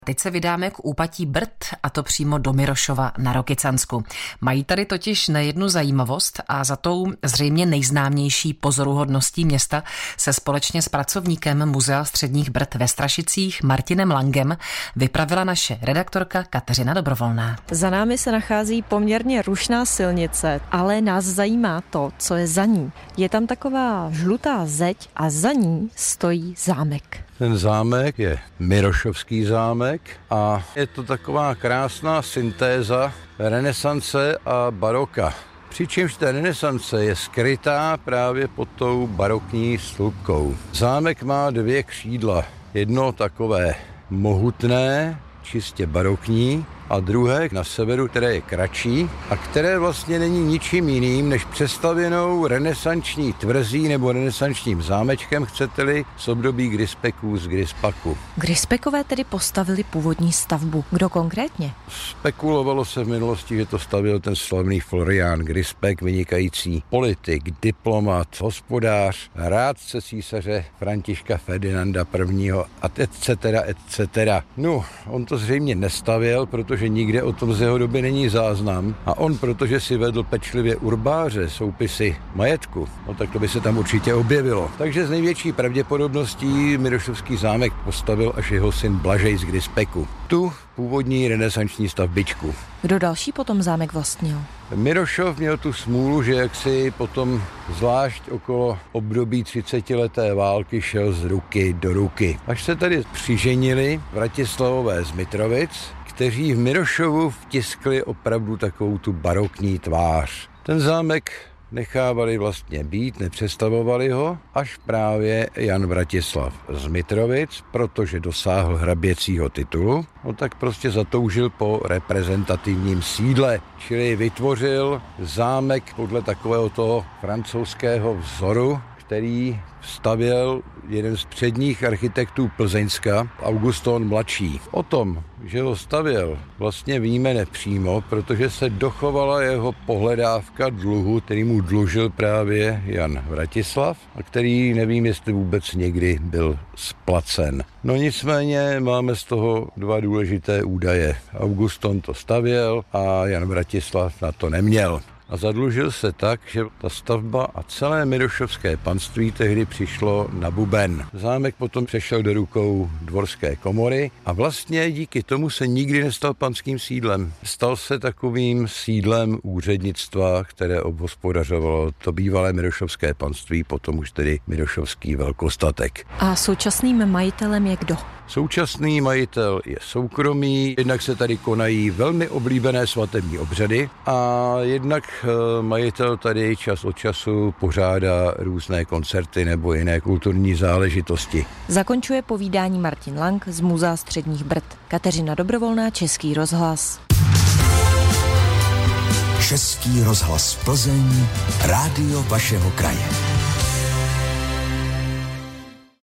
Teď se vydáme k úpatí Brd, a to přímo do Mirošova na Rokycansku. Mají tady totiž nejednu zajímavost a za tou zřejmě nejznámější pozoruhodností města se společně s pracovníkem Muzea středních Brd ve Strašicích Martinem Langem vypravila naše redaktorka Kateřina Dobrovolná. Za námi se nachází poměrně rušná silnice, ale nás zajímá to, co je za ní. Je tam taková žlutá zeď a za ní stojí zámek. Ten zámek je Mirošovský zámek a je to taková krásná syntéza renesance a baroka. Přičemž ta renesance je skrytá právě pod tou barokní slupkou. Zámek má dvě křídla. Jedno takové mohutné, čistě barokní, a druhé na severu, které je kratší a které vlastně není ničím jiným než přestavěnou renesanční tvrzí nebo renesančním zámečkem, chcete-li, z období Grispeků z Grispaku. Grispekové tedy postavili původní stavbu. Kdo konkrétně? Spekulovalo se v minulosti, že to stavil ten slavný Florián Grispek, vynikající politik, diplomat, hospodář, rádce císaře Františka Ferdinanda I. a etc. No, on to zřejmě nestavěl, protože nikde o tom z jeho doby není záznam a on, protože si vedl pečlivě urbáře, soupisy majetku, no tak to by se tam určitě objevilo. Takže z největší pravděpodobností Mirošovský zámek postavil až jeho syn Blažej z Grispeku. Tu původní renesanční stavbičku. Kdo další potom zámek vlastnil? Mirošov měl tu smůlu, že jaksi potom zvlášť okolo období 30leté války šel z ruky do ruky. Až se tady přiženili Vratislavové z Mitrovic, kteří v Mirošovu vtiskli opravdu takovou tu barokní tvář. Ten zámek nechávali vlastně být, nepřestavovali ho, až právě Jan Vratislav z Mitrovic, protože dosáhl hraběcího titulu, no tak prostě zatoužil po reprezentativním sídle, čili vytvořil zámek podle takového toho francouzského vzoru, který stavěl jeden z předních architektů Plzeňska, Augustin mladší. O tom, že ho stavěl, vlastně víme nepřímo, protože se dochovala jeho pohledávka dluhu, který mu dlužil právě Jan Vratislav a který nevím, jestli vůbec někdy byl splacen. No nicméně máme z toho dva důležité údaje. Augustin to stavěl a Jan Vratislav na to neměl. A zadlužil se tak, že ta stavba a celé Mirošovské panství tehdy přišlo na buben. Zámek potom přešel do rukou dvorské komory a vlastně díky tomu se nikdy nestal panským sídlem. Stal se takovým sídlem úřednictva, které obhospodařovalo to bývalé Mirošovské panství, potom už tedy Mirošovský velkostatek. A současným majitelem je kdo? Současný majitel je soukromý, jednak se tady konají velmi oblíbené svatební obřady a jednak majitel tady čas od času pořádá různé koncerty nebo jiné kulturní záležitosti. Zakončuje povídání Martin Lang z Muzea středních Brd. Kateřina Dobrovolná, Český rozhlas. Český rozhlas Plzeň, rádio vašeho kraje.